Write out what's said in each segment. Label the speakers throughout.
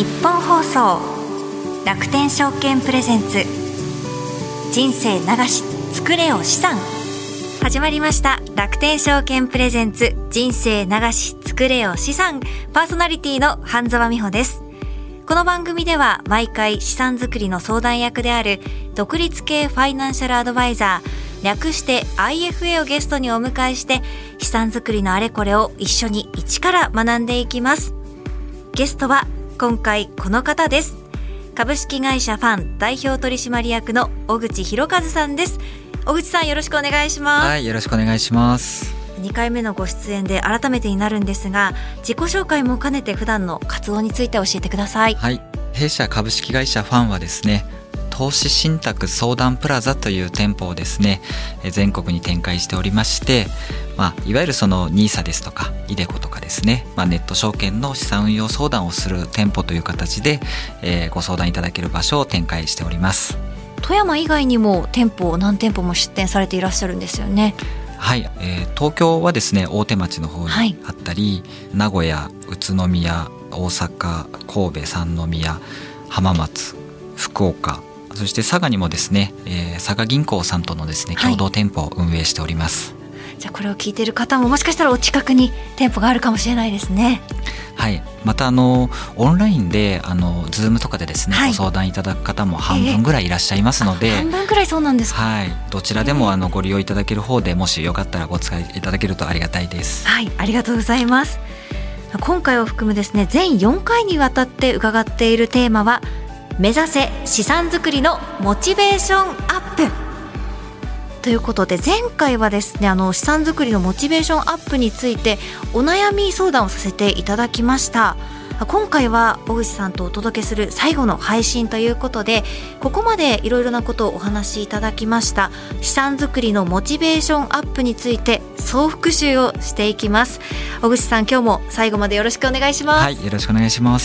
Speaker 1: 日本放送楽天証券プレゼンツ人生流し作れよ資産、始まりました。楽天証券プレゼンツ人生流し作れよ資産、パーソナリティの半沢美穂です。この番組では毎回資産作りの相談役である独立系ファイナンシャルアドバイザー、略して IFA をゲストにお迎えして資産作りのあれこれを一緒に一から学んでいきます。ゲストは今回この方です。株式会社ファン代表取締役の小口博和さんです。小口さん、よろしくお願いします。
Speaker 2: はい、よろしくお願いします。
Speaker 1: 2回目のご出演で改めてになるんですが、自己紹介も兼ねて普段の活動について教えてください。
Speaker 2: はい、弊社株式会社ファンはですね、投資信託相談プラザという店舗をですね、全国に展開しておりまして、いわゆるその NISA ですとかiDeCoとかですね、ネット証券の資産運用相談をする店舗という形で、ご相談いただける場所を展開しております。
Speaker 1: 富山以外にも何店舗も出店されていらっしゃるんですよね。
Speaker 2: はい、東京はですね、大手町の方にあったり、名古屋、宇都宮、大阪、神戸、三宮、浜松、福岡、そして佐賀にもですね、佐賀銀行さんとのですね共同店舗を運営しております。
Speaker 1: じゃあこれを聞いている方ももしかしたらお近くに店舗があるかもしれないですね。
Speaker 2: はい、またオンラインでZoom とかでですね、ご相談いただく方も半分ぐらいいらっしゃいますので、
Speaker 1: 半分ぐらい。そうなんですか。
Speaker 2: はい、どちらでもご利用いただける方で、もしよかったらご使いいただけるとありがたいです。
Speaker 1: はい、ありがとうございます。今回を含むですね、全4回にわたって伺っているテーマは、目指せ資産作りのモチベーションアップということで、前回はですね、資産作りのモチベーションアップについてお悩み相談をさせていただきました。今回は小口さんとお届けする最後の配信ということで、ここまでいろいろなことをお話しいただきました資産作りのモチベーションアップについて総復習をしていきます。小口さん、今日も最後までよろしくお願いします。
Speaker 2: はい、よろしくお願いします。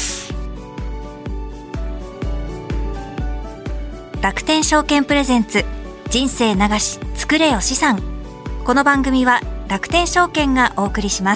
Speaker 1: 楽天証券プレゼンツ人生流し作れよ資産。この番組は楽天証券がお送りします。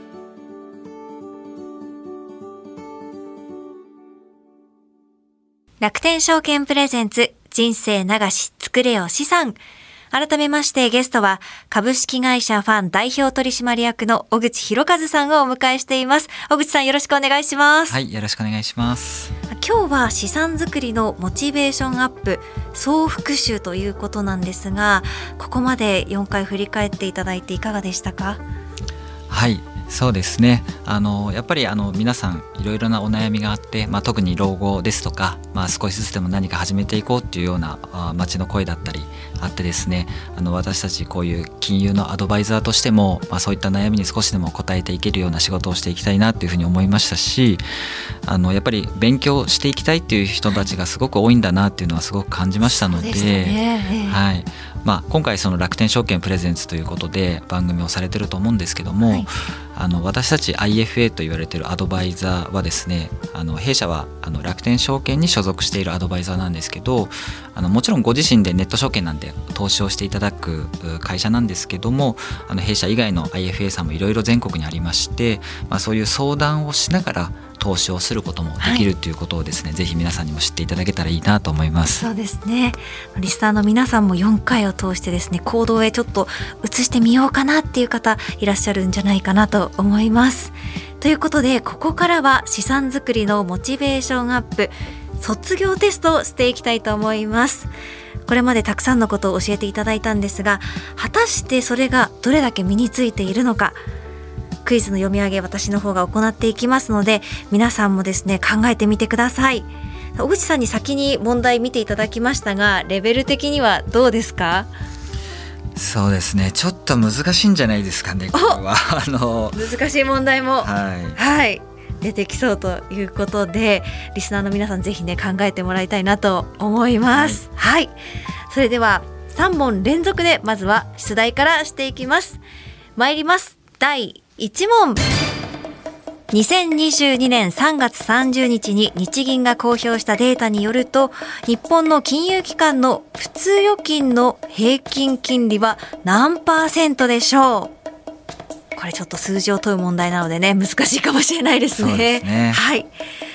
Speaker 1: 楽天証券プレゼンツ人生流し作れよ資産。改めましてゲストは株式会社ファン代表取締役の小口博和さんをお迎えしています。小口さん、よろしくお願いします。
Speaker 2: はい、よろしくお願いします。
Speaker 1: 今日は資産作りのモチベーションアップ総復習ということなんですが、ここまで4回振り返っていただいていかがでしたか？
Speaker 2: はい、そうですね、やっぱり皆さんいろいろなお悩みがあって、特に老後ですとか、少しずつでも何か始めていこうっていうような街の声だったりあってですね、私たちこういう金融のアドバイザーとしても、そういった悩みに少しでも応えていけるような仕事をしていきたいなというふうに思いましたし、やっぱり勉強していきたいっていう人たちがすごく多いんだなっていうのはすごく感じましたので、はい、今回その楽天証券プレゼンツということで番組をされてると思うんですけども、私たち IFA と言われているアドバイザーはですね、弊社は楽天証券に所属しているアドバイザーなんですけど、もちろんご自身でネット証券なんで投資をしていただく会社なんですけども、弊社以外の IFA さんもいろいろ全国にありまして、そういう相談をしながら投資をすることもできるということをですね、ぜひ皆さんにも知っていただけたらいいなと思います。
Speaker 1: そうですね、リスナーの皆さんも4回を通してですね、行動へちょっと移してみようかなっていう方いらっしゃるんじゃないかなと思います。ということで、ここからは資産作りのモチベーションアップ卒業テストをしていきたいと思います。これまでたくさんのことを教えていただいたんですが、果たしてそれがどれだけ身についているのか、クイズの読み上げ私の方が行っていきますので、皆さんもですね考えてみてください。小口さんに先に問題見ていただきましたが、レベル的にはどうですか？
Speaker 2: そうですね、ちょっと難しいんじゃないですかね、これは
Speaker 1: 難しい問題も、
Speaker 2: はい、
Speaker 1: 出てきそうということで、リスナーの皆さんぜひね考えてもらいたいなと思います。はい、それでは3問連続でまずは出題からしていきます。参ります。第1問。2022年3月30日に日銀が公表したデータによると、日本の金融機関の普通預金の平均金利は何%でしょう？これちょっと数字を問う問題なのでね、難しいかもしれないですね。
Speaker 2: そうですね。
Speaker 1: はい。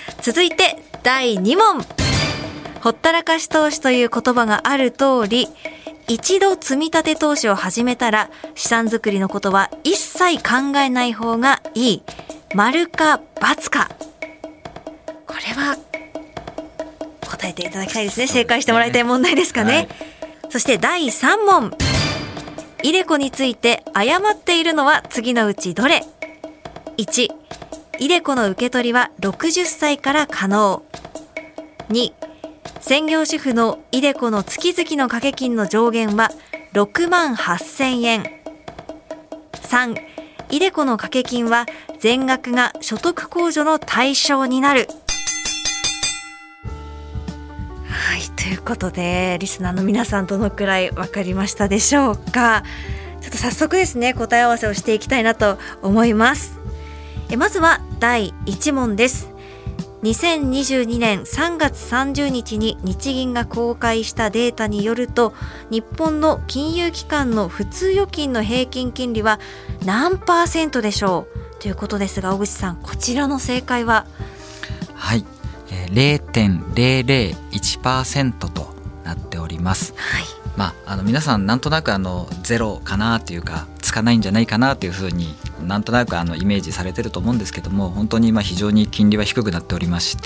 Speaker 1: 続いて第2問。ほったらかし投資という言葉がある通り、一度積み立て投資を始めたら資産作りのことは一切考えない方がいい。丸か×か。これは答えていただきたいですね。正解してもらいたい問題ですかね。はい、そして第3問。イデコについて誤っているのは次のうちどれ？ 1. イデコの受け取りは60歳から可能。2. 専業主婦のイデコの月々の掛け金の上限は6万8000円。3. イデコの掛け金は全額が所得控除の対象になる。はい、ということでリスナーの皆さんどのくらい分かりましたでしょうか。ちょっと早速ですね、答え合わせをしていきたいなと思います。まずは第1問です。2022年3月30日に日銀が公開したデータによると、日本の金融機関の普通預金の平均金利は何%でしょうということですが、小口さん、こちらの正解は？
Speaker 2: はい、0.001% となっております。はい、皆さんなんとなくゼロかなというかつかないんじゃないかなというふうになんとなくイメージされてると思うんですけども、本当に非常に金利は低くなっておりまして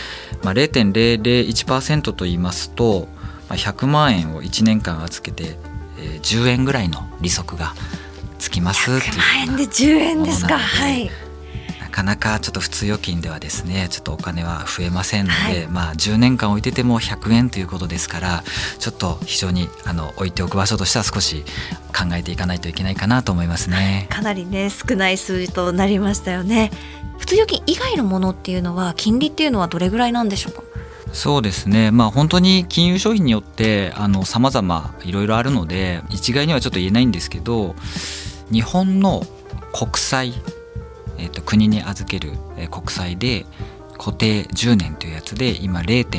Speaker 2: 、0.001% と言いますと、100万円を1年間預けて、10円ぐらいの利息がつきますっていう
Speaker 1: 100万円で10円ですか。はい、
Speaker 2: なかなかちょっと普通預金ではですね、ちょっとお金は増えませんので、10年間置いてても100円ということですから、ちょっと非常に置いておく場所としては少し考えていかないといけないかなと思いますね。
Speaker 1: かなりね、少ない数字となりましたよね。普通預金以外のものっていうのは金利っていうのはどれぐらいなんでしょうか？
Speaker 2: そうですね、本当に金融商品によって様々いろいろあるので一概にはちょっと言えないんですけど、日本の国債、国に預ける国債で固定10年というやつで今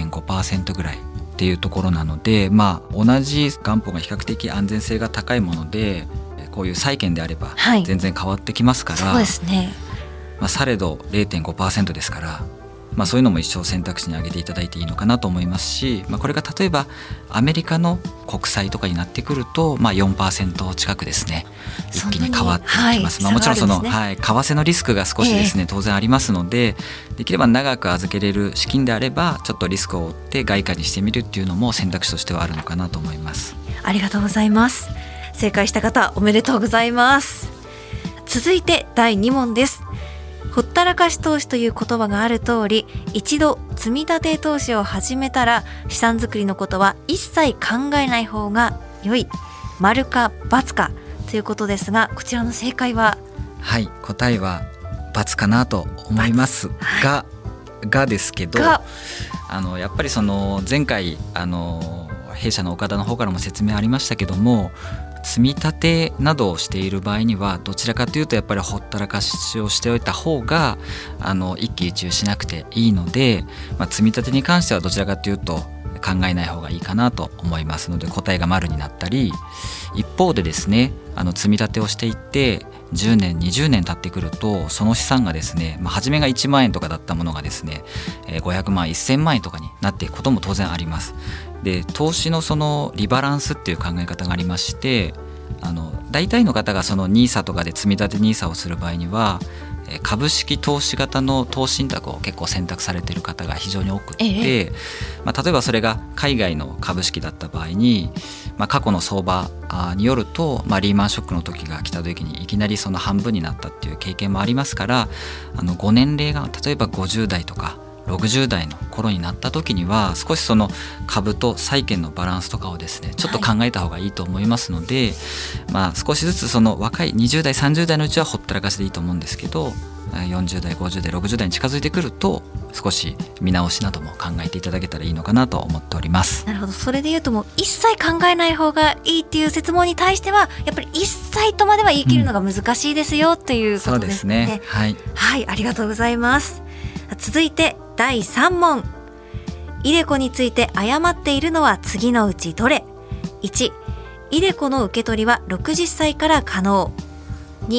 Speaker 2: 0.5% ぐらいっていうところなので、同じ元本が比較的安全性が高いもので、こういう債券であれば全然変わってきますから、
Speaker 1: そうですね、
Speaker 2: されど 0.5% ですから、そういうのも一生選択肢に挙げていただいていいのかなと思いますし、これが例えばアメリカの国債とかになってくると、4% 近くですね、一気に変わってきます。もちろん為替のリスクが少しですね、当然ありますので、できれば長く預けれる資金であればちょっとリスクを負って外貨にしてみるっていうのも選択肢としてはあるのかなと思います。
Speaker 1: ありがとうございます。正解した方おめでとうございます。続いて第2問です。ほったらかし投資という言葉がある通り、一度積み立て投資を始めたら資産作りのことは一切考えない方が良い。丸か×かということですが、こちらの正解は？
Speaker 2: はい、答えは×かなと思いますが、がですけど、やっぱり前回弊社の岡田の方からも説明ありましたけども、積み立てなどをしている場合にはどちらかというとやっぱりほったらかしをしておいた方が一喜一憂しなくていいので、積み立てに関してはどちらかというと考えない方がいいかなと思いますので、答えが丸になったり、一方でですね、積み立てをしていって10年20年経ってくると、その資産がですね、初めが1万円とかだったものがですね、500万1000万円とかになっていくことも当然あります。で、投資のそのリバランスっていう考え方がありまして、大体の方がその NISA とかで積み立て NISA をする場合には株式投資型の投資信託を結構選択されている方が非常に多くて、例えばそれが海外の株式だった場合に、過去の相場によると、リーマンショックの時が来た時にいきなりその半分になったっていう経験もありますから、ご年齢が例えば50代とか60代の頃になった時には少しその株と債券のバランスとかをですねちょっと考えた方がいいと思いますので、少しずつその若い20代30代のうちはほったらかしでいいと思うんですけど、40代50代60代に近づいてくると少し見直しなども考えていただけたらいいのかなと思っております。
Speaker 1: なるほど。それでいうともう一切考えない方がいいっていう説問に対してはやっぱり一切とまでは言い切るのが難しいですよっていうことですね。
Speaker 2: そうですね。はい、
Speaker 1: はい、ありがとうございます。続いて第3問。イデコについて誤っているのは次のうちどれ？ 1. イデコの受け取りは60歳から可能。2.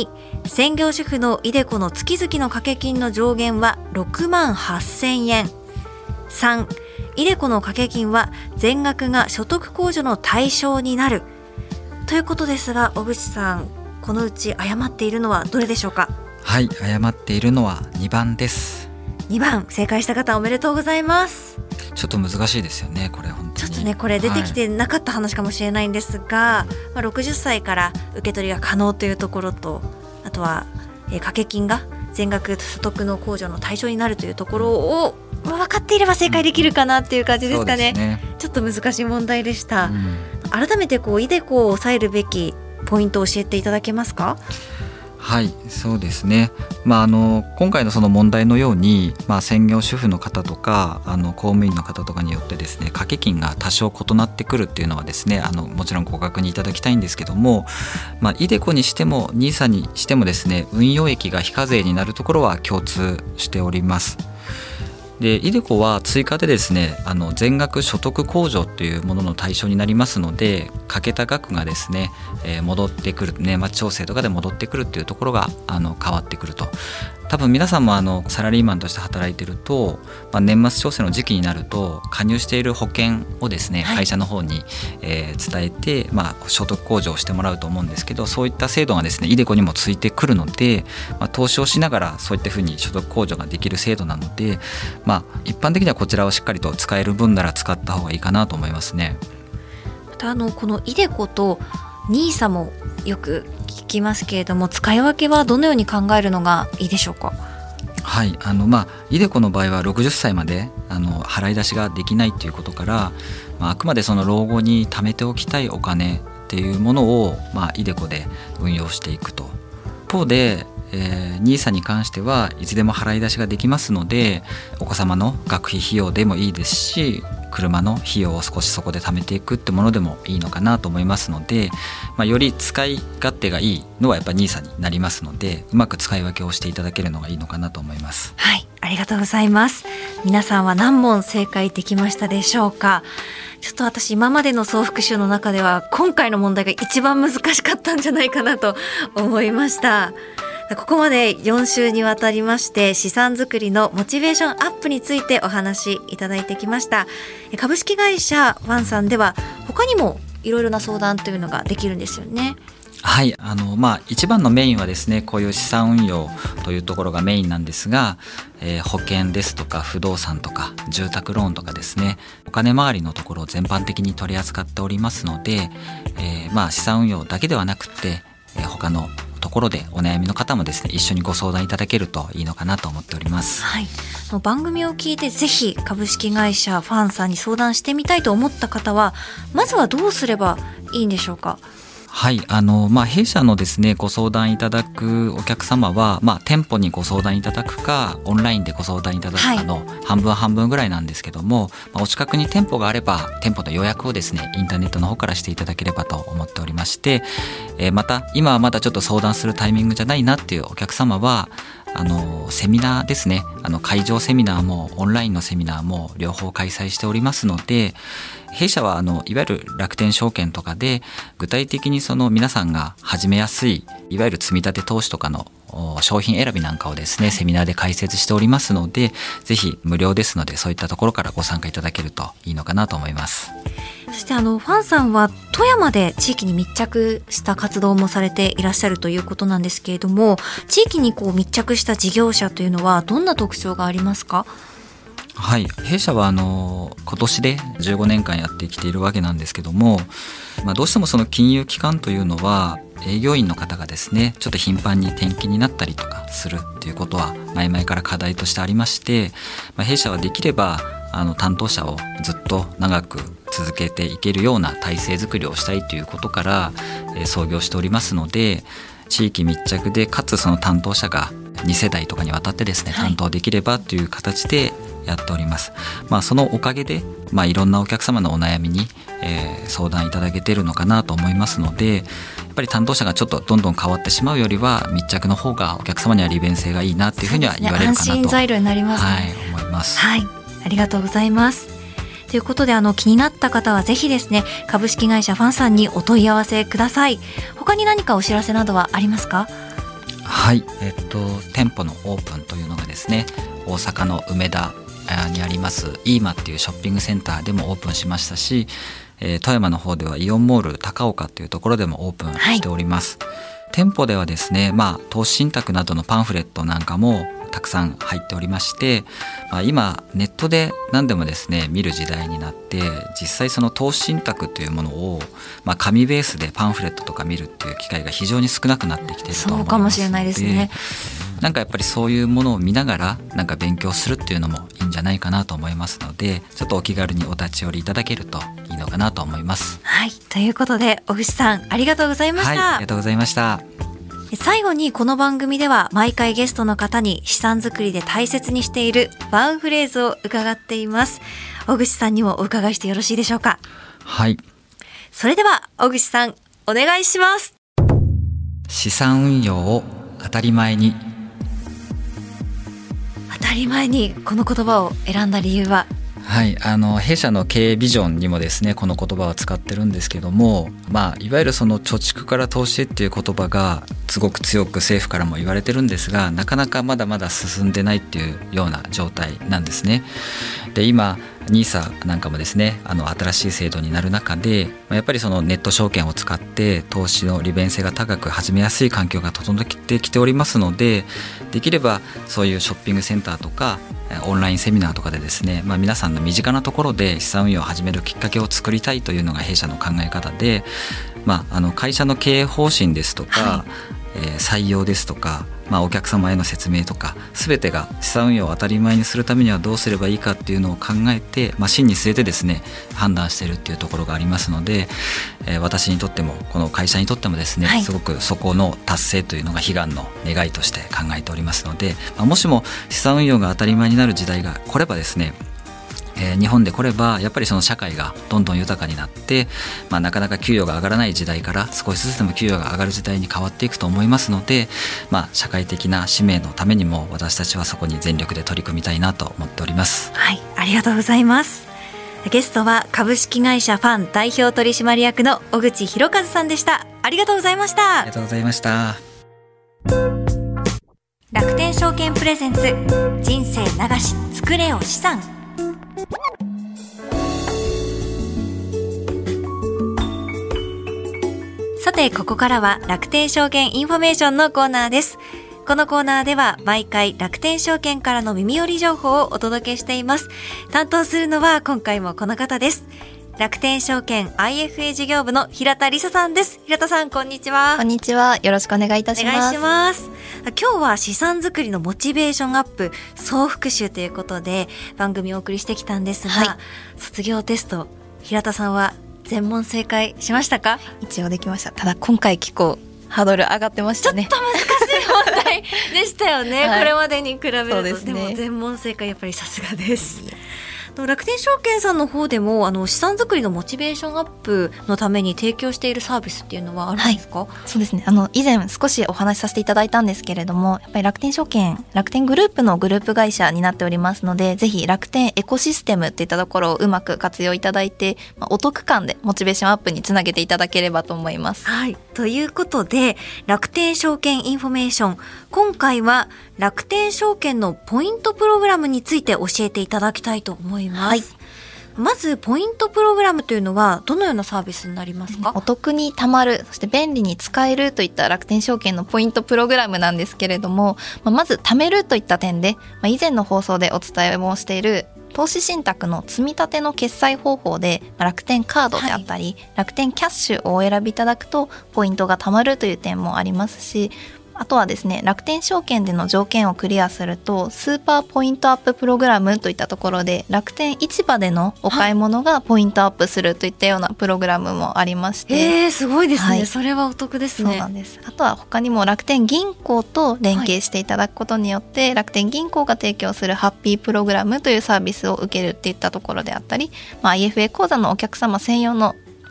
Speaker 1: 専業主婦のiDeCoの月々の掛け金の上限は6万8000円。3、iDeCoの掛け金は全額が所得控除の対象になるということですが、小口さん、このうち誤っているのはどれでしょうか？
Speaker 2: はい、誤っているのは2番です。
Speaker 1: 2番、正解した方おめでとうございます。
Speaker 2: ちょっと難しいですよね、これ本当に。
Speaker 1: ちょっとね、これ出てきてなかった話かもしれないんですが、60歳から受け取りが可能というところと、あとは、掛け金が全額所得の控除の対象になるというところを、分かっていれば正解できるかなっていう感じですかね。ちょっと難しい問題でした。改めてiDeCoを抑えるべきポイントを教えていただけますか？
Speaker 2: はい、そうですね。今回のその問題のように、専業主婦の方とか公務員の方とかによってですね、掛け金が多少異なってくるっていうのはですね、もちろんご確認いただきたいんですけども、iDeCoにしても NISA にしてもですね、運用益が非課税になるところは共通しております。でiDeCoは追加でですね、全額所得控除というものの対象になりますので、かけた額がですね、戻ってくる、年末調整とかで戻ってくるっていうところが変わってくると。多分皆さんもサラリーマンとして働いてると、年末調整の時期になると加入している保険をですね、会社の方に、伝えて、所得控除をしてもらうと思うんですけど、そういった制度がですねiDeCoにもついてくるので、投資をしながらそういったふうに所得控除ができる制度なので、一般的にはこちらをしっかりと使える分なら使った方がいいかなと思いますね。
Speaker 1: またこのiDeCoと NISA もよく聞きますけれども、使い分けはどのように考えるのがいいでしょうか？
Speaker 2: はい、iDeCoの場合は60歳まで払い出しができないということから、あくまでその老後に貯めておきたいお金っていうものを、iDeCoで運用していくと。一方でNISA に関してはいつでも払い出しができますので、お子様の学費費用でもいいですし、車の費用を少しそこで貯めていくってものでもいいのかなと思いますので、より使い勝手がいいのはやっぱり NISA になりますので、うまく使い分けをしていただけるのがいいのかなと思います。
Speaker 1: はい、ありがとうございます。皆さんは何問正解できましたでしょうか？ちょっと私今までの総復習の中では今回の問題が一番難しかったんじゃないかなと思いました。ここまで4週にわたりまして資産作りのモチベーションアップについてお話いただいてきました。株式会社ファンさんでは他にもいろいろな相談というのができるんですよね。
Speaker 2: はい、一番のメインはですね、こういう資産運用というところがメインなんですが、保険ですとか不動産とか住宅ローンとかですね、お金回りのところを全般的に取り扱っておりますので、資産運用だけではなくて、他のところでお悩みの方もですね、一緒にご相談いただけるといいのかなと思っております。
Speaker 1: はい、番組を聞いてぜひ株式会社ファンさんに相談してみたいと思った方は、まずはどうすればいいんでしょうか？
Speaker 2: はい、弊社のですねご相談いただくお客様は、店舗にご相談いただくかオンラインでご相談いただくかの半分半分ぐらいなんですけども、お近くに店舗があれば店舗の予約をですねインターネットの方からしていただければと思っておりまして、また今はまだちょっと相談するタイミングじゃないなっていうお客様はセミナーですね、会場セミナーもオンラインのセミナーも両方開催しておりますので、弊社はいわゆる楽天証券とかで具体的にその皆さんが始めやすいいわゆる積み立て投資とかの商品選びなんかをですねセミナーで解説しておりますので、ぜひ無料ですのでそういったところからご参加いただけるといいのかなと思います。
Speaker 1: そしてファンさんは富山で地域に密着した活動もされていらっしゃるということなんですけれども、地域に密着した事業者というのはどんな特徴がありますか？
Speaker 2: はい、弊社は今年で15年間やってきているわけなんですけども、どうしてもその金融機関というのは営業員の方がですねちょっと頻繁に転勤になったりとかするっていうことは前々から課題としてありまして、弊社はできれば担当者をずっと長く続けていけるような体制づくりをしたいということから創業しておりますので、地域密着でかつその担当者が2世代とかにわたってですね担当できればという形でやっております。そのおかげで、いろんなお客様のお悩みに、相談いただけているのかなと思いますので、やっぱり担当者がちょっとどんどん変わってしまうよりは密着の方がお客様には利便性がいいなっていうふうには言われるかなと、
Speaker 1: 安心材料になりますね。
Speaker 2: 思います。
Speaker 1: はい、ありがとうございます。ということで気になった方はぜひですね株式会社ファンさんにお問い合わせください。他に何かお知らせなどはありますか？
Speaker 2: はい、店舗のオープンというのがですね、大阪の梅田にありますイーマっていうショッピングセンターでもオープンしましたし、富山の方ではイオンモール高岡というところでもオープンしております、店舗ではですね、投資信託などのパンフレットなんかもたくさん入っておりまして、今ネットで何でもですね見る時代になって、実際その投資信託というものを、紙ベースでパンフレットとか見るっていう機会が非常に少なくなってきていると思いますので、
Speaker 1: そうかもしれないですね。
Speaker 2: なんかやっぱりそういうものを見ながらなんか勉強するっていうのもいいんじゃないかなと思いますので、ちょっとお気軽にお立ち寄りいただけるといいのかなと思います。
Speaker 1: はい、ということで小口さんありがとうございました。
Speaker 2: はい、ありがとうございました。
Speaker 1: 最後にこの番組では毎回ゲストの方に資産作りで大切にしているワンフレーズを伺っています。小口さんにもお伺いしてよろしいでしょうか。
Speaker 2: はい、
Speaker 1: それでは小口さんお願いします。
Speaker 2: 資産運用を当たり前に。
Speaker 1: 当たり前に、この言葉を選んだ理由は？
Speaker 2: はい、弊社の経営ビジョンにもですねこの言葉を使ってるんですけども、いわゆるその貯蓄から投資っていう言葉がすごく強く政府からも言われてるんですが、なかなかまだまだ進んでないっていうような状態なんですね。で今NISA なんかもですね新しい制度になる中で、やっぱりそのネット証券を使って投資の利便性が高く始めやすい環境が整ってきておりますので、できればそういうショッピングセンターとかオンラインセミナーとかでですね、皆さんの身近なところで資産運用を始めるきっかけを作りたいというのが弊社の考え方で、会社の経営方針ですとか、採用ですとか、お客様への説明とか全てが資産運用を当たり前にするためにはどうすればいいかっていうのを考えて、真に据えてですね判断しているっていうところがありますので、私にとってもこの会社にとってもですね、すごくそこの達成というのが悲願の願いとして考えておりますので、もしも資産運用が当たり前になる時代が来ればですね、日本で来ればやっぱりその社会がどんどん豊かになって、なかなか給与が上がらない時代から少しずつでも給与が上がる時代に変わっていくと思いますので、社会的な使命のためにも私たちはそこに全力で取り組みたいなと思っております。
Speaker 1: はい、ありがとうございます。ゲストは株式会社ファン代表取締役の小口博一さんでした。ありがとうございました。
Speaker 2: ありがとうございました。
Speaker 1: 楽天証券プレゼンツ人生流し作れよ資産。さてここからは楽天証券インフォメーションのコーナーです。このコーナーでは毎回楽天証券からの耳寄り情報をお届けしています。担当するのは今回もこの方です。楽天証券 IFA 事業部の平田理沙さんです。平田さんこんにちは。
Speaker 3: こんにちは、よろしくお願いいたします。
Speaker 1: お願いします。今日は資産作りのモチベーションアップ総復習ということで番組をお送りしてきたんですが、卒業テスト平田さんは全問正解しましたか？
Speaker 3: 一応できました。ただ今回結構ハードル上がってましたね。
Speaker 1: ちょっと難しい問題でしたよね、これまでに比べると。 でも全問正解やっぱりさすがです。楽天証券さんの方でも資産作りのモチベーションアップのために提供しているサービスっていうのはあるんですか？
Speaker 3: そうですね、以前少しお話しさせていただいたんですけれども、やっぱり楽天証券楽天グループのグループ会社になっておりますので、ぜひ楽天エコシステムっていったところをうまく活用いただいて、お得感でモチベーションアップにつなげていただければと思います。
Speaker 1: はい、ということで楽天証券インフォメーション、今回は楽天証券のポイントプログラムについて教えていただきたいと思います。まずポイントプログラムというのはどのようなサービスになりますか？
Speaker 3: お得に貯まる、そして便利に使えるといった楽天証券のポイントプログラムなんですけれども、まず貯めるといった点で、以前の放送でお伝えもしている投資信託の積み立ての決済方法で楽天カードであったり、楽天キャッシュをお選びいただくとポイントが貯まるという点もありますし、あとはですね、楽天証券での条件をクリアするとスーパーポイントアッププログラムといったところで楽天市場でのお買い物がポイントアップするといったようなプログラムもありまして、
Speaker 1: すごいですね、それはお得ですね。
Speaker 3: そうなんです。あとは他にも楽天銀行と連携していただくことによって、楽天銀行が提供するハッピープログラムというサービスを受けるっていったところであったり、IFA 口座のお客様専用の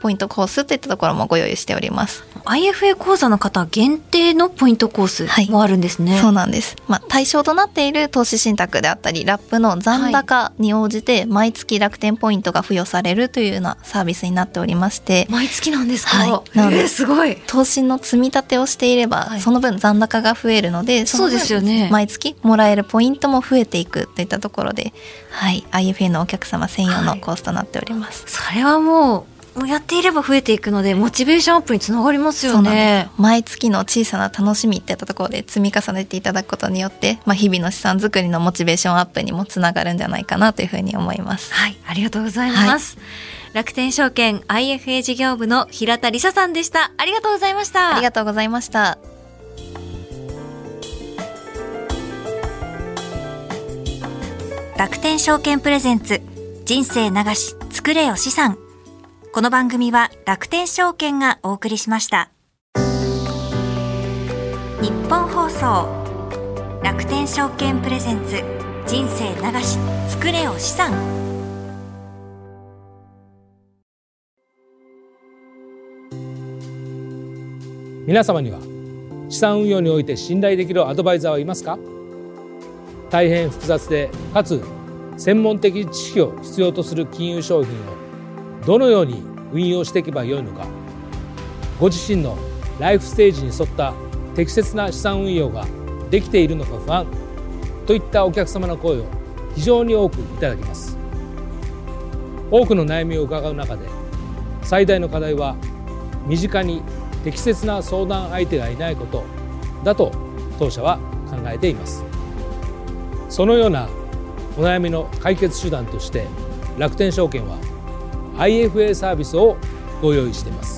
Speaker 3: ポイントコースといったところもご用意しております。
Speaker 1: IFA 講座の方限定のポイントコースもあるんですね。
Speaker 3: そうなんです。対象となっている投資信託であったりラップの残高に応じて毎月楽天ポイントが付与されるというようなサービスになっておりまして。
Speaker 1: 毎月なんですか？
Speaker 3: なのです
Speaker 1: ごい。
Speaker 3: 投資の積み立てをしていれば、その分残高が増えるので、
Speaker 1: そうですよね。
Speaker 3: 毎月もらえるポイントも増えていくといったところで、IFA のお客様専用のコースとなっております。
Speaker 1: それはもうやっていれば増えていくのでモチベーションアップにつながりますよね。
Speaker 3: 毎月の小さな楽しみっていったところで積み重ねていただくことによって、日々の資産作りのモチベーションアップにもつながるんじゃないかなというふうに思います。
Speaker 1: ありがとうございます。楽天証券 IFA 事業部の平田理沙さんでした。ありがとうございました。
Speaker 3: ありがとうございました。
Speaker 1: 楽天証券プレゼンツ人生流し作れよ資産。この番組は楽天証券がお送りしました。日本放送楽天証券プレゼンツ人生流し作れよ資産。
Speaker 4: 皆様には資産運用において信頼できるアドバイザーはいますか？大変複雑でかつ専門的知識を必要とする金融商品をどのように運用していけばよいのか、ご自身のライフステージに沿った適切な資産運用ができているのか不安といったお客様の声を非常に多くいただきます。多くの悩みを伺う中で最大の課題は身近に適切な相談相手がいないことだと当社は考えています。そのようなお悩みの解決手段として楽天証券は IFA サービスをご用意しています。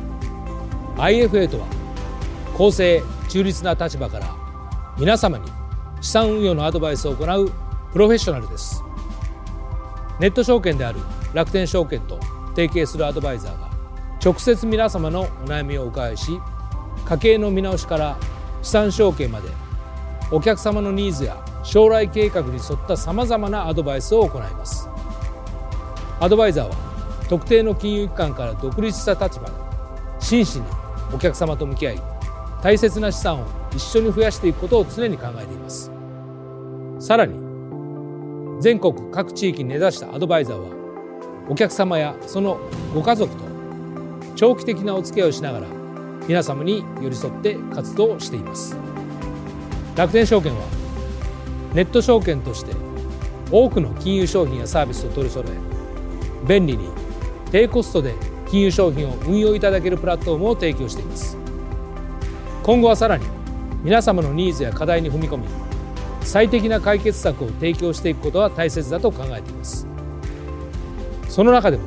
Speaker 4: IFA とは公正中立な立場から皆様に資産運用のアドバイスを行うプロフェッショナルです。ネット証券である楽天証券と提携するアドバイザーが直接皆様のお悩みをお伺いし、家計の見直しから資産承継までお客様のニーズや将来計画に沿ったさまざまなアドバイスを行います。アドバイザーは特定の金融機関から独立した立場で真摯にお客様と向き合い、大切な資産を一緒に増やしていくことを常に考えています。さらに全国各地域に根ざしたアドバイザーはお客様やそのご家族と長期的なお付き合いをしながら皆様に寄り添って活動しています。楽天証券はネット証券として多くの金融商品やサービスを取り揃え、便利に低コストで金融商品を運用いただけるプラットフォームを提供しています。今後はさらに皆様のニーズや課題に踏み込み、最適な解決策を提供していくことは大切だと考えています。その中でも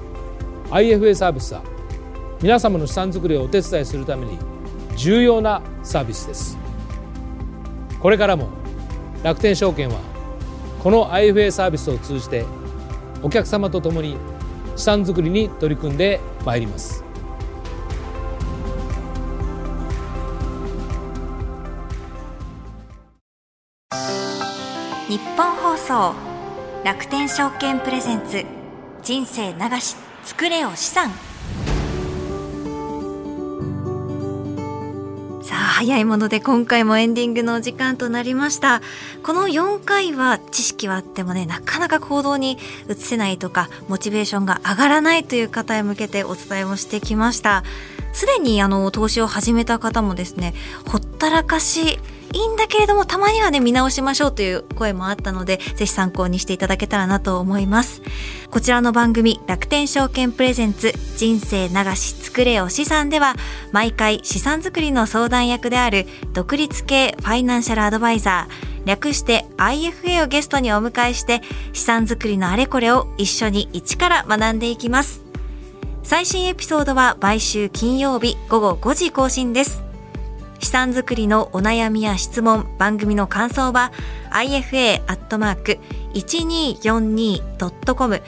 Speaker 4: IFA サービスは皆様の資産作りをお手伝いするために重要なサービスです。これからも楽天証券はこの IFA サービスを通じてお客様と共に資産作りに取り組んでまいります。
Speaker 1: 日本放送楽天証券プレゼンツ人生流し作れよ資産。さあ早いもので今回もエンディングのお時間となりました。この4回は知識はあってもね、なかなか行動に移せないとかモチベーションが上がらないという方へ向けてお伝えをしてきました。すでに投資を始めた方もですね、ほったらかしいいんだけれどもたまにはね見直しましょうという声もあったので、ぜひ参考にしていただけたらなと思います。こちらの番組楽天証券プレゼンツ人生流し作れよ資産では、毎回資産作りの相談役である独立系ファイナンシャルアドバイザー、略して IFA をゲストにお迎えして資産作りのあれこれを一緒に一から学んでいきます。最新エピソードは毎週金曜日午後5時更新です。資産作りのお悩みや質問、番組の感想は ifa@1242.com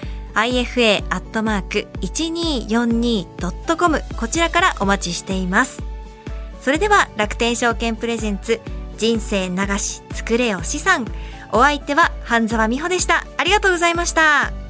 Speaker 1: ifa@1242.com こちらからお待ちしています。それでは楽天証券プレゼンツ人生流し作れよ資産、お相手は半沢美穂でした。ありがとうございました。